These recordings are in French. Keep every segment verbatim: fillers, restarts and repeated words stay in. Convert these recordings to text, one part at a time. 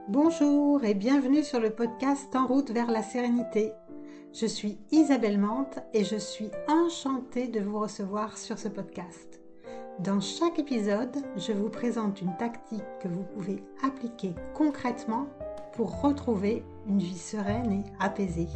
Bonjour et bienvenue sur le podcast En route vers la sérénité. Je suis Isabelle Mante et je suis enchantée de vous recevoir sur ce podcast. Dans chaque épisode, je vous présente une tactique que vous pouvez appliquer concrètement pour retrouver une vie sereine et apaisée.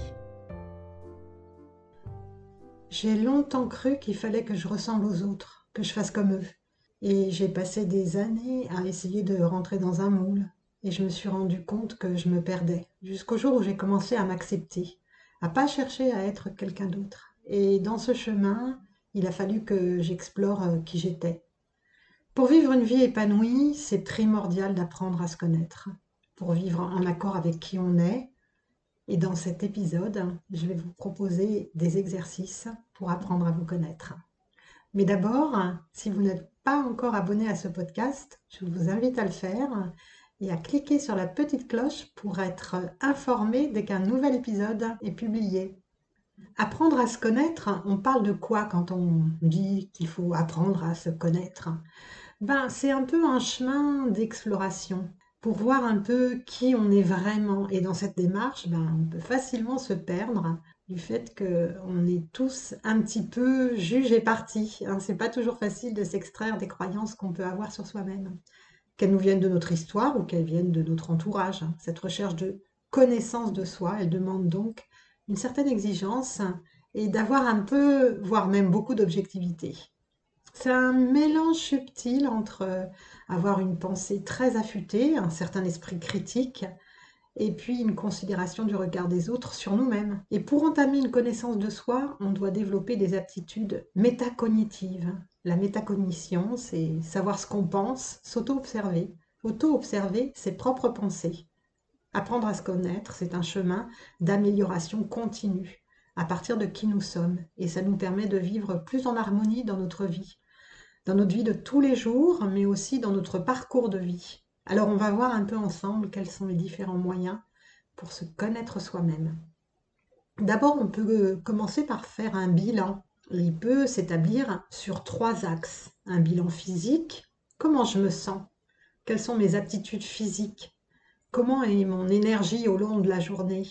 J'ai longtemps cru qu'il fallait que je ressemble aux autres, que je fasse comme eux. Et j'ai passé des années à essayer de rentrer dans un moule. Et je me suis rendu compte que je me perdais, jusqu'au jour où j'ai commencé à m'accepter, à pas chercher à être quelqu'un d'autre. Et dans ce chemin, il a fallu que j'explore euh, qui j'étais. Pour vivre une vie épanouie, c'est primordial d'apprendre à se connaître, pour vivre en accord avec qui on est. Et dans cet épisode, je vais vous proposer des exercices pour apprendre à vous connaître. Mais d'abord, si vous n'êtes pas encore abonné à ce podcast, je vous invite à le faire et à cliquer sur la petite cloche pour être informé dès qu'un nouvel épisode est publié. Apprendre à se connaître, on parle de quoi quand on dit qu'il faut apprendre à se connaître? Ben, c'est un peu un chemin d'exploration pour voir un peu qui on est vraiment. Et dans cette démarche, ben, on peut facilement se perdre du fait qu'on est tous un petit peu juges et partis. Hein. C'est pas toujours facile de s'extraire des croyances qu'on peut avoir sur soi-même, qu'elles nous viennent de notre histoire ou qu'elles viennent de notre entourage. Cette recherche de connaissance de soi, elle demande donc une certaine exigence et d'avoir un peu, voire même beaucoup d'objectivité. C'est un mélange subtil entre euh, avoir une pensée très affûtée, un certain esprit critique, et puis une considération du regard des autres sur nous-mêmes. Et pour entamer une connaissance de soi, on doit développer des aptitudes métacognitives. La métacognition, c'est savoir ce qu'on pense, s'auto-observer. Auto-observer ses propres pensées. Apprendre à se connaître, c'est un chemin d'amélioration continue à partir de qui nous sommes. Et ça nous permet de vivre plus en harmonie dans notre vie, dans notre vie de tous les jours, mais aussi dans notre parcours de vie. Alors on va voir un peu ensemble quels sont les différents moyens pour se connaître soi-même. D'abord, on peut commencer par faire un bilan. Il peut s'établir sur trois axes. Un bilan physique, comment je me sens? Quelles sont mes aptitudes physiques? Comment est mon énergie au long de la journée?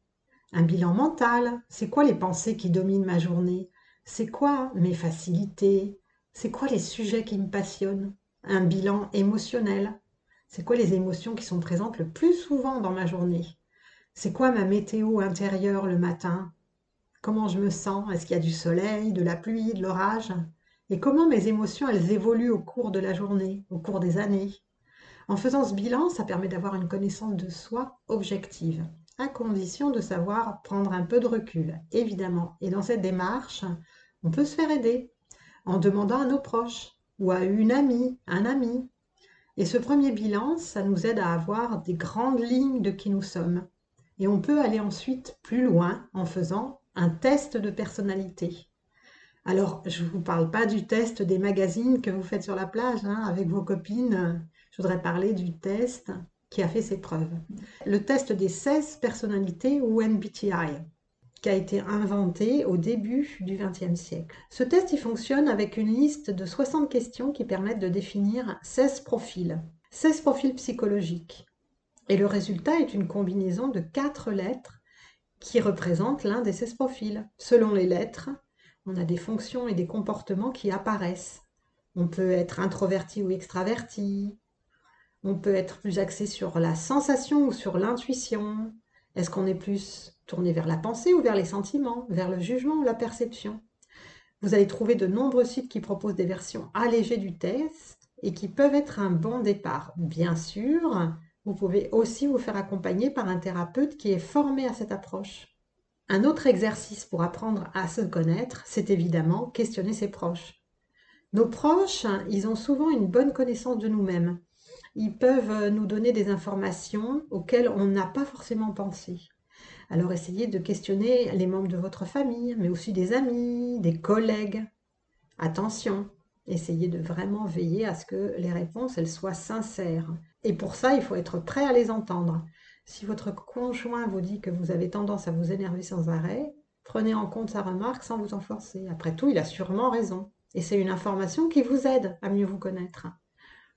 Un bilan mental, c'est quoi les pensées qui dominent ma journée? C'est quoi mes facilités? C'est quoi les sujets qui me passionnent? Un bilan émotionnel, c'est quoi les émotions qui sont présentes le plus souvent dans ma journée? C'est quoi ma météo intérieure le matin? Comment je me sens? Est-ce qu'il y a du soleil, de la pluie, de l'orage? Et comment mes émotions, elles évoluent au cours de la journée, au cours des années? En faisant ce bilan, ça permet d'avoir une connaissance de soi objective, à condition de savoir prendre un peu de recul, évidemment. Et dans cette démarche, on peut se faire aider en demandant à nos proches ou à une amie, un ami. Et ce premier bilan, ça nous aide à avoir des grandes lignes de qui nous sommes. Et on peut aller ensuite plus loin en faisant un test de personnalité. Alors, je ne vous parle pas du test des magazines que vous faites sur la plage hein, avec vos copines. Je voudrais parler du test qui a fait ses preuves. Le test des seize personnalités ou M B T I, qui a été inventé au début du vingtième siècle. Ce test, il fonctionne avec une liste de soixante questions qui permettent de définir seize profils, seize profils psychologiques. Et le résultat est une combinaison de quatre lettres qui représentent l'un des seize profils. Selon les lettres, on a des fonctions et des comportements qui apparaissent. On peut être introverti ou extraverti. On peut être plus axé sur la sensation ou sur l'intuition. Est-ce qu'on est plus tourné vers la pensée ou vers les sentiments, vers le jugement ou la perception? Vous allez trouver de nombreux sites qui proposent des versions allégées du test et qui peuvent être un bon départ. Bien sûr, vous pouvez aussi vous faire accompagner par un thérapeute qui est formé à cette approche. Un autre exercice pour apprendre à se connaître, c'est évidemment questionner ses proches. Nos proches, ils ont souvent une bonne connaissance de nous-mêmes. Ils peuvent nous donner des informations auxquelles on n'a pas forcément pensé. Alors essayez de questionner les membres de votre famille, mais aussi des amis, des collègues. Attention, essayez de vraiment veiller à ce que les réponses elles soient sincères. Et pour ça, il faut être prêt à les entendre. Si votre conjoint vous dit que vous avez tendance à vous énerver sans arrêt, prenez en compte sa remarque sans vous en forcer. Après tout, il a sûrement raison. Et c'est une information qui vous aide à mieux vous connaître.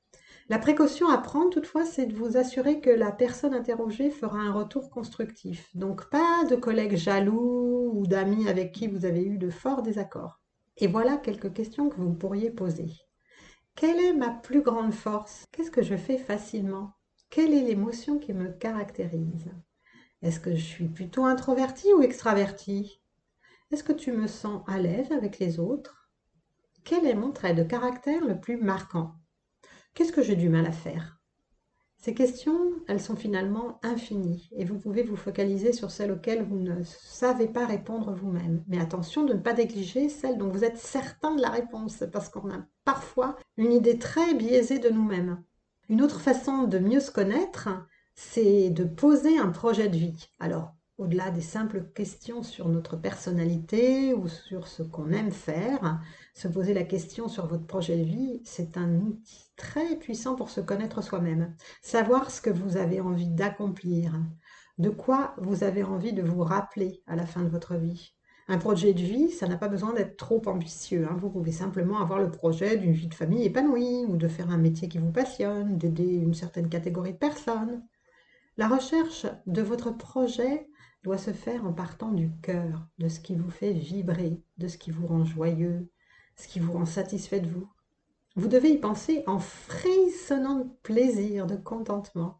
La précaution à prendre toutefois, c'est de vous assurer que la personne interrogée fera un retour constructif. Donc pas de collègues jaloux ou d'amis avec qui vous avez eu de forts désaccords. Et voilà quelques questions que vous pourriez poser. Quelle est ma plus grande force? Qu'est-ce que je fais facilement? Quelle est l'émotion qui me caractérise? Est-ce que je suis plutôt introvertie ou extravertie? Est-ce que tu me sens à l'aise avec les autres? Quel est mon trait de caractère le plus marquant? Qu'est-ce que j'ai du mal à faire? Ces questions, elles sont finalement infinies et vous pouvez vous focaliser sur celles auxquelles vous ne savez pas répondre vous-même. Mais attention de ne pas négliger celles dont vous êtes certain de la réponse parce qu'on a parfois une idée très biaisée de nous-mêmes. Une autre façon de mieux se connaître, c'est de poser un projet de vie. Alors, au-delà des simples questions sur notre personnalité ou sur ce qu'on aime faire, se poser la question sur votre projet de vie, c'est un outil très puissant pour se connaître soi-même. Savoir ce que vous avez envie d'accomplir, de quoi vous avez envie de vous rappeler à la fin de votre vie. Un projet de vie, ça n'a pas besoin d'être trop ambitieux, hein. Vous pouvez simplement avoir le projet d'une vie de famille épanouie ou de faire un métier qui vous passionne, d'aider une certaine catégorie de personnes. La recherche de votre projet doit se faire en partant du cœur, de ce qui vous fait vibrer, de ce qui vous rend joyeux, ce qui vous rend satisfait de vous. Vous devez y penser en frissonnant de plaisir, de contentement.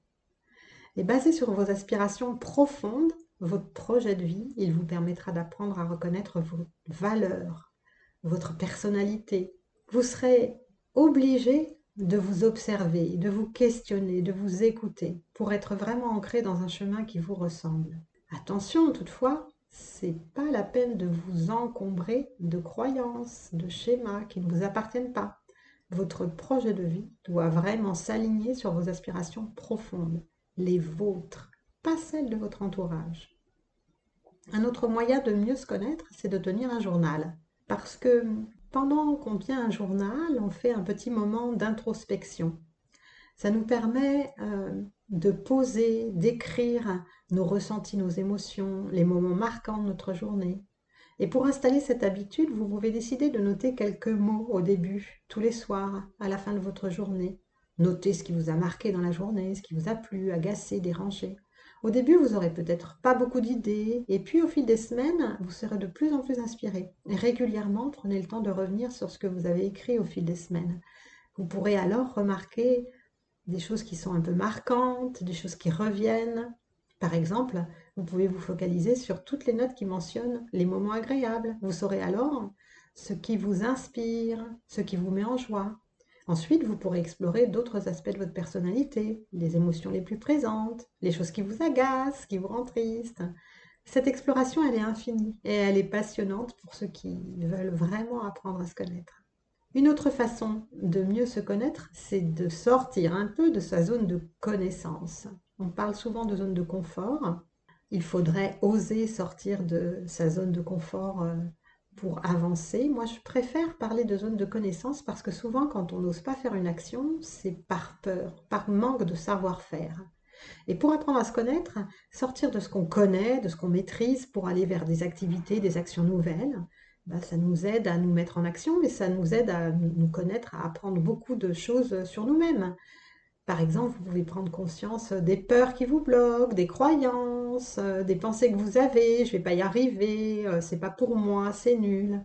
Et basé sur vos aspirations profondes, votre projet de vie, il vous permettra d'apprendre à reconnaître vos valeurs, votre personnalité. Vous serez obligé de vous observer, de vous questionner, de vous écouter pour être vraiment ancré dans un chemin qui vous ressemble. Attention toutefois, c'est pas la peine de vous encombrer de croyances, de schémas qui ne vous appartiennent pas. Votre projet de vie doit vraiment s'aligner sur vos aspirations profondes, les vôtres, pas celles de votre entourage. Un autre moyen de mieux se connaître, c'est de tenir un journal. Parce que pendant qu'on tient un journal, on fait un petit moment d'introspection. Ça nous permet euh, de poser, d'écrire nos ressentis, nos émotions, les moments marquants de notre journée. Et pour installer cette habitude, vous pouvez décider de noter quelques mots au début, tous les soirs, à la fin de votre journée. Notez ce qui vous a marqué dans la journée, ce qui vous a plu, agacé, dérangé. Au début, vous n'aurez peut-être pas beaucoup d'idées, et puis au fil des semaines, vous serez de plus en plus inspiré. Et régulièrement, prenez le temps de revenir sur ce que vous avez écrit au fil des semaines. Vous pourrez alors remarquer des choses qui sont un peu marquantes, des choses qui reviennent. Par exemple, vous pouvez vous focaliser sur toutes les notes qui mentionnent les moments agréables. Vous saurez alors ce qui vous inspire, ce qui vous met en joie. Ensuite, vous pourrez explorer d'autres aspects de votre personnalité, les émotions les plus présentes, les choses qui vous agacent, qui vous rendent triste. Cette exploration, elle est infinie et elle est passionnante pour ceux qui veulent vraiment apprendre à se connaître. Une autre façon de mieux se connaître, c'est de sortir un peu de sa zone de connaissance. On parle souvent de zone de confort. Il faudrait oser sortir de sa zone de confort euh, pour avancer. Moi, je préfère parler de zone de connaissance parce que souvent, quand on n'ose pas faire une action, c'est par peur, par manque de savoir-faire. Et pour apprendre à se connaître, sortir de ce qu'on connaît, de ce qu'on maîtrise pour aller vers des activités, des actions nouvelles, bah, ça nous aide à nous mettre en action, mais ça nous aide à nous connaître, à apprendre beaucoup de choses sur nous-mêmes. Par exemple, vous pouvez prendre conscience des peurs qui vous bloquent, des croyances, euh, des pensées que vous avez, je ne vais pas y arriver, euh, c'est pas pour moi, c'est nul.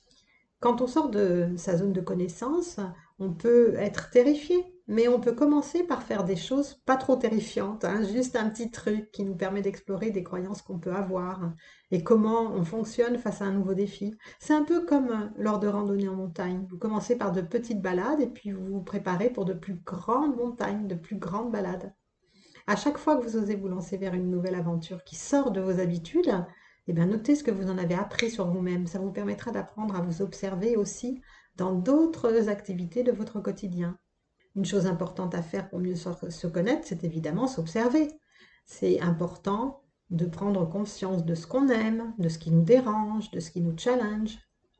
Quand on sort de sa zone de connaissance, on peut être terrifié, mais on peut commencer par faire des choses pas trop terrifiantes, hein, juste un petit truc qui nous permet d'explorer des croyances qu'on peut avoir et comment on fonctionne face à un nouveau défi. C'est un peu comme lors de randonnées en montagne. Vous commencez par de petites balades et puis vous vous préparez pour de plus grandes montagnes, de plus grandes balades. À chaque fois que vous osez vous lancer vers une nouvelle aventure qui sort de vos habitudes, eh bien, notez ce que vous en avez appris sur vous-même. Ça vous permettra d'apprendre à vous observer aussi dans d'autres activités de votre quotidien. Une chose importante à faire pour mieux se connaître, c'est évidemment s'observer. C'est important de prendre conscience de ce qu'on aime, de ce qui nous dérange, de ce qui nous challenge.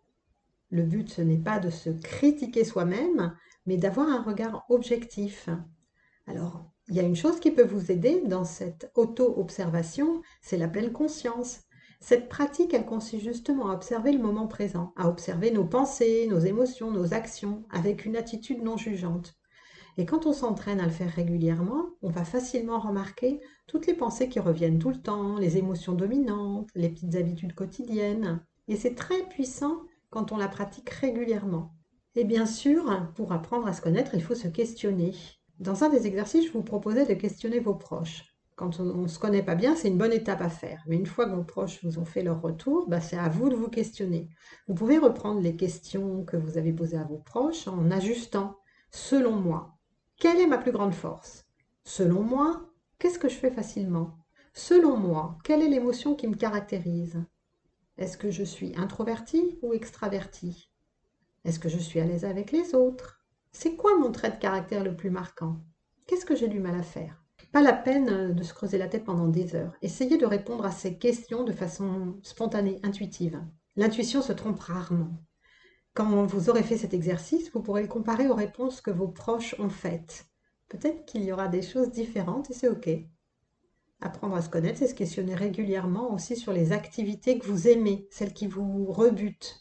Le but, ce n'est pas de se critiquer soi-même, mais d'avoir un regard objectif. Alors, il y a une chose qui peut vous aider dans cette auto-observation, c'est la pleine conscience. Cette pratique, elle consiste justement à observer le moment présent, à observer nos pensées, nos émotions, nos actions, avec une attitude non jugeante. Et quand on s'entraîne à le faire régulièrement, on va facilement remarquer toutes les pensées qui reviennent tout le temps, les émotions dominantes, les petites habitudes quotidiennes. Et c'est très puissant quand on la pratique régulièrement. Et bien sûr, pour apprendre à se connaître, il faut se questionner. Dans un des exercices, je vous proposais de questionner vos proches. Quand on ne se connaît pas bien, c'est une bonne étape à faire. Mais une fois que vos proches vous ont fait leur retour, bah, c'est à vous de vous questionner. Vous pouvez reprendre les questions que vous avez posées à vos proches en ajustant. Selon moi, quelle est ma plus grande force? Selon moi, qu'est-ce que je fais facilement? Selon moi, quelle est l'émotion qui me caractérise? Est-ce que je suis introvertie ou extravertie? Est-ce que je suis à l'aise avec les autres? C'est quoi mon trait de caractère le plus marquant? Qu'est-ce que j'ai du mal à faire? Pas la peine de se creuser la tête pendant des heures. Essayez de répondre à ces questions de façon spontanée, intuitive. L'intuition se trompe rarement. Quand vous aurez fait cet exercice, vous pourrez le comparer aux réponses que vos proches ont faites. Peut-être qu'il y aura des choses différentes et c'est OK. Apprendre à se connaître, c'est se questionner régulièrement aussi sur les activités que vous aimez, celles qui vous rebutent.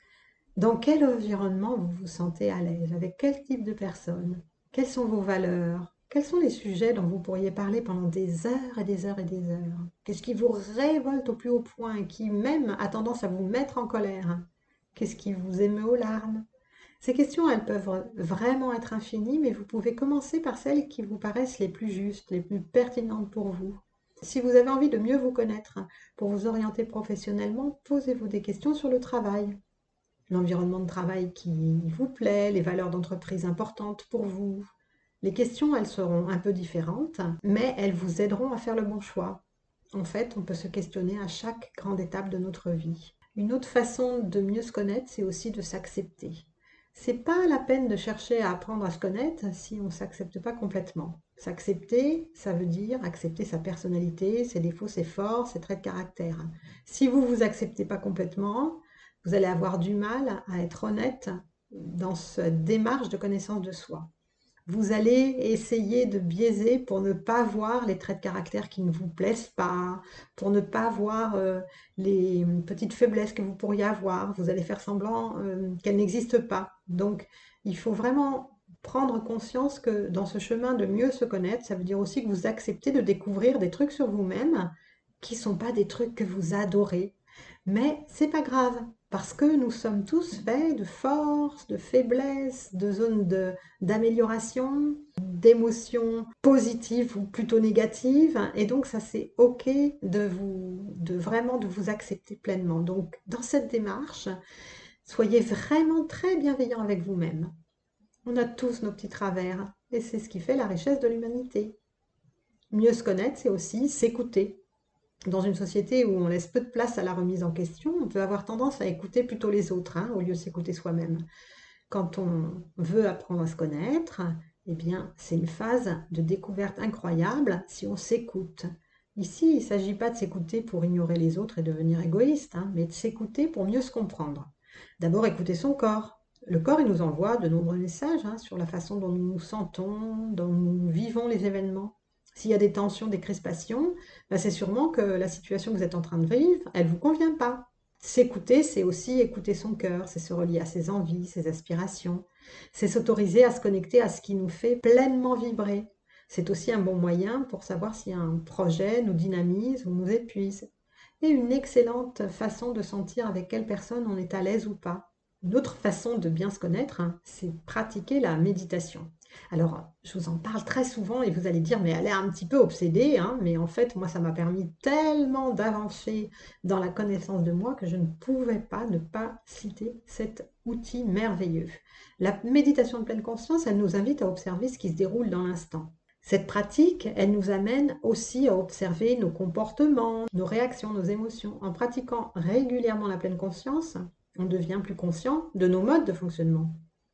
Dans quel environnement vous vous sentez à l'aise? Avec quel type de personne? Quelles sont vos valeurs? Quels sont les sujets dont vous pourriez parler pendant des heures et des heures et des heures? Qu'est-ce qui vous révolte au plus haut point et qui même a tendance à vous mettre en colère? Qu'est-ce qui vous émeut aux larmes? Ces questions, elles peuvent vraiment être infinies, mais vous pouvez commencer par celles qui vous paraissent les plus justes, les plus pertinentes pour vous. Si vous avez envie de mieux vous connaître, pour vous orienter professionnellement, posez-vous des questions sur le travail. L'environnement de travail qui vous plaît, les valeurs d'entreprise importantes pour vous. Les questions, elles seront un peu différentes, mais elles vous aideront à faire le bon choix. En fait, on peut se questionner à chaque grande étape de notre vie. Une autre façon de mieux se connaître, c'est aussi de s'accepter. C'est pas la peine de chercher à apprendre à se connaître si on ne s'accepte pas complètement. S'accepter, ça veut dire accepter sa personnalité, ses défauts, ses forces, ses traits de caractère. Si vous ne vous acceptez pas complètement, vous allez avoir du mal à être honnête dans cette démarche de connaissance de soi. Vous allez essayer de biaiser pour ne pas voir les traits de caractère qui ne vous plaisent pas, pour ne pas voir euh, les petites faiblesses que vous pourriez avoir. Vous allez faire semblant euh, qu'elles n'existent pas. Donc, il faut vraiment prendre conscience que dans ce chemin de mieux se connaître, ça veut dire aussi que vous acceptez de découvrir des trucs sur vous-même qui ne sont pas des trucs que vous adorez. Mais c'est pas grave, parce que nous sommes tous faits de force, de faiblesse, de zones de d'amélioration, d'émotions positives ou plutôt négatives, et donc ça c'est ok de vous, de vraiment de vous accepter pleinement. Donc dans cette démarche, soyez vraiment très bienveillant avec vous-même. On a tous nos petits travers, et c'est ce qui fait la richesse de l'humanité. Mieux se connaître, c'est aussi s'écouter. Dans une société où on laisse peu de place à la remise en question, on peut avoir tendance à écouter plutôt les autres, hein, au lieu de s'écouter soi-même. Quand on veut apprendre à se connaître, eh bien, c'est une phase de découverte incroyable si on s'écoute. Ici, il ne s'agit pas de s'écouter pour ignorer les autres et devenir égoïste, hein, mais de s'écouter pour mieux se comprendre. D'abord, écouter son corps. Le corps, il nous envoie de nombreux messages hein, sur la façon dont nous nous sentons, dont nous vivons les événements. S'il y a des tensions, des crispations, ben c'est sûrement que la situation que vous êtes en train de vivre, elle ne vous convient pas. S'écouter, c'est aussi écouter son cœur, c'est se relier à ses envies, ses aspirations. C'est s'autoriser à se connecter à ce qui nous fait pleinement vibrer. C'est aussi un bon moyen pour savoir si un projet nous dynamise ou nous épuise. Et une excellente façon de sentir avec quelle personne on est à l'aise ou pas. Une autre façon de bien se connaître, hein, c'est pratiquer la méditation. Alors, je vous en parle très souvent et vous allez dire, mais elle est un petit peu obsédée, hein, mais en fait, moi, ça m'a permis tellement d'avancer dans la connaissance de moi que je ne pouvais pas ne pas citer cet outil merveilleux. La méditation de pleine conscience, elle nous invite à observer ce qui se déroule dans l'instant. Cette pratique, elle nous amène aussi à observer nos comportements, nos réactions, nos émotions. En pratiquant régulièrement la pleine conscience, on devient plus conscient de nos modes de fonctionnement.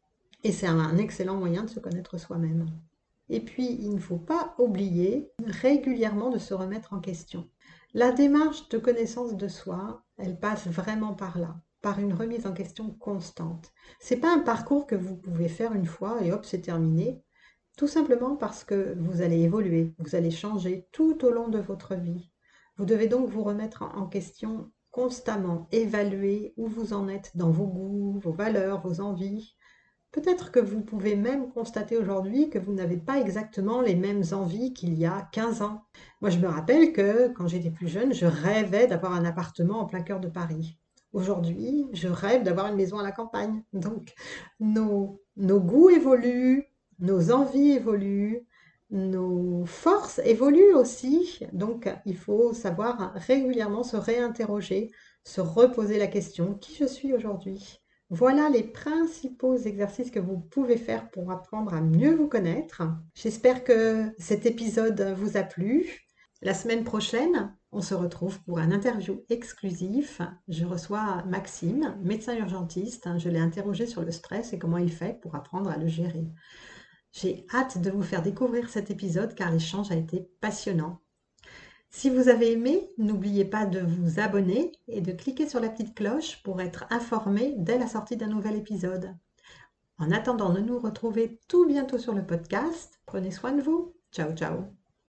Et c'est un excellent moyen de se connaître soi-même. Et puis, il ne faut pas oublier régulièrement de se remettre en question. La démarche de connaissance de soi, elle passe vraiment par là, par une remise en question constante. C'est pas un parcours que vous pouvez faire une fois et hop, c'est terminé. Tout simplement parce que vous allez évoluer, vous allez changer tout au long de votre vie. Vous devez donc vous remettre en question constamment, évaluer où vous en êtes dans vos goûts, vos valeurs, vos envies, Peut-être que vous pouvez même constater aujourd'hui que vous n'avez pas exactement les mêmes envies qu'il y a quinze ans. Moi, je me rappelle que quand j'étais plus jeune, je rêvais d'avoir un appartement en plein cœur de Paris. Aujourd'hui, je rêve d'avoir une maison à la campagne. Donc, nos, nos goûts évoluent, nos envies évoluent, nos forces évoluent aussi. Donc, il faut savoir régulièrement se réinterroger, se reposer la question, qui je suis aujourd'hui? Voilà les principaux exercices que vous pouvez faire pour apprendre à mieux vous connaître. J'espère que cet épisode vous a plu. La semaine prochaine, on se retrouve pour un interview exclusif. Je reçois Maxime, médecin urgentiste. Je l'ai interrogé sur le stress et comment il fait pour apprendre à le gérer. J'ai hâte de vous faire découvrir cet épisode car l'échange a été passionnant. Si vous avez aimé, n'oubliez pas de vous abonner et de cliquer sur la petite cloche pour être informé dès la sortie d'un nouvel épisode. En attendant de nous retrouver tout bientôt sur le podcast, prenez soin de vous. Ciao, ciao.